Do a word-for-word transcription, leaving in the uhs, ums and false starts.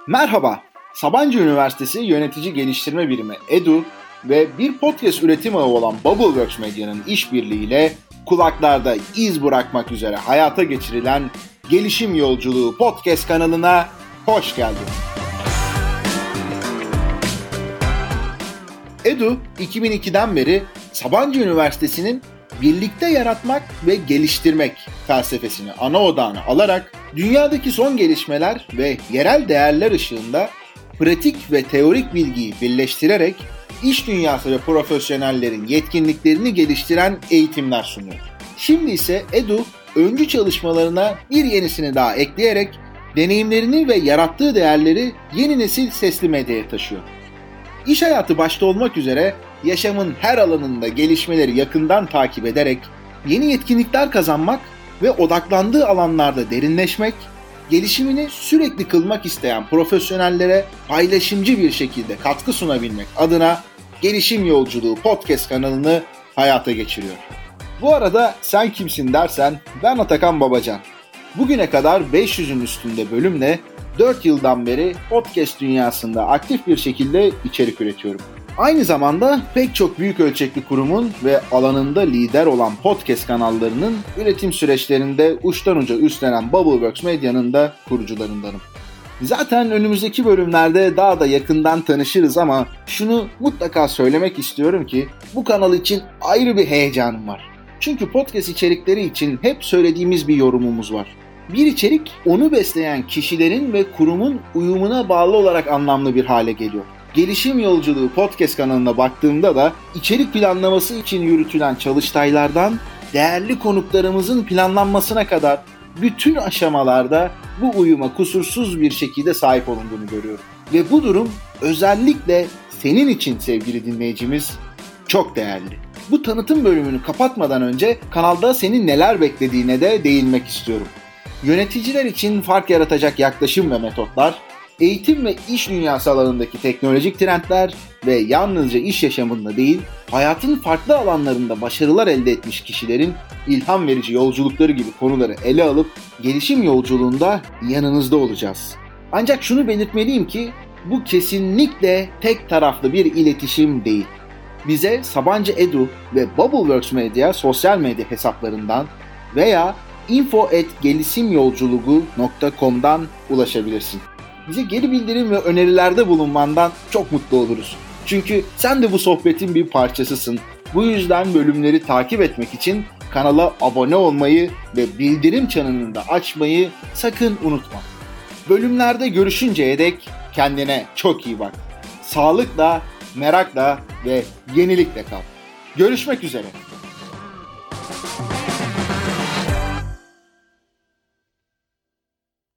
Merhaba, Sabancı Üniversitesi Yönetici Geliştirme Birimi EDU ve bir podcast üretim ağı olan Bubbleworks Medya'nın işbirliğiyle kulaklarda iz bırakmak üzere hayata geçirilen Gelişim Yolculuğu podcast kanalına hoş geldin. EDU, iki bin ikiden beri Sabancı Üniversitesi'nin birlikte yaratmak ve geliştirmek felsefesini ana odağına alarak dünyadaki son gelişmeler ve yerel değerler ışığında pratik ve teorik bilgiyi birleştirerek iş dünyası ve profesyonellerin yetkinliklerini geliştiren eğitimler sunuyor. Şimdi ise EDU, öncü çalışmalarına bir yenisini daha ekleyerek deneyimlerini ve yarattığı değerleri yeni nesil sesli medyaya taşıyor. İş hayatı başta olmak üzere yaşamın her alanında gelişmeleri yakından takip ederek yeni yetkinlikler kazanmak ve odaklandığı alanlarda derinleşmek, gelişimini sürekli kılmak isteyen profesyonellere paylaşımcı bir şekilde katkı sunabilmek adına Gelişim Yolculuğu podcast kanalını hayata geçiriyor. Bu arada sen kimsin dersen ben Atakan Babacan. Bugüne kadar beş yüzün üstünde bölümle dört yıldan beri podcast dünyasında aktif bir şekilde içerik üretiyorum. Aynı zamanda pek çok büyük ölçekli kurumun ve alanında lider olan podcast kanallarının üretim süreçlerinde uçtan uca üstlenen Bubbleworks Medya'nın da kurucularındanım. Zaten önümüzdeki bölümlerde daha da yakından tanışırız ama şunu mutlaka söylemek istiyorum ki bu kanal için ayrı bir heyecanım var. Çünkü podcast içerikleri için hep söylediğimiz bir yorumumuz var. Bir içerik onu besleyen kişilerin ve kurumun uyumuna bağlı olarak anlamlı bir hale geliyor. Gelişim Yolculuğu podcast kanalına baktığımda da içerik planlaması için yürütülen çalıştaylardan değerli konuklarımızın planlanmasına kadar bütün aşamalarda bu uyuma kusursuz bir şekilde sahip olunduğunu görüyorum. Ve bu durum özellikle senin için sevgili dinleyicimiz çok değerli. Bu tanıtım bölümünü kapatmadan önce kanalda senin neler beklediğine de değinmek istiyorum. Yöneticiler için fark yaratacak yaklaşım ve metotlar, eğitim ve iş dünyası alanındaki teknolojik trendler ve yalnızca iş yaşamında değil, hayatın farklı alanlarında başarılar elde etmiş kişilerin ilham verici yolculukları gibi konuları ele alıp gelişim yolculuğunda yanınızda olacağız. Ancak şunu belirtmeliyim ki bu kesinlikle tek taraflı bir iletişim değil. Bize Sabancı Edu ve Bubbleworks Media sosyal medya hesaplarından veya info at gelişimyolculuğu nokta com'dan ulaşabilirsin. Bize geri bildirim ve önerilerde bulunmandan çok mutlu oluruz. Çünkü sen de bu sohbetin bir parçasısın. Bu yüzden bölümleri takip etmek için kanala abone olmayı ve bildirim çanını da açmayı sakın unutma. Bölümlerde görüşünceye dek kendine çok iyi bak. Sağlıkla, merakla ve yenilikle kal. Görüşmek üzere.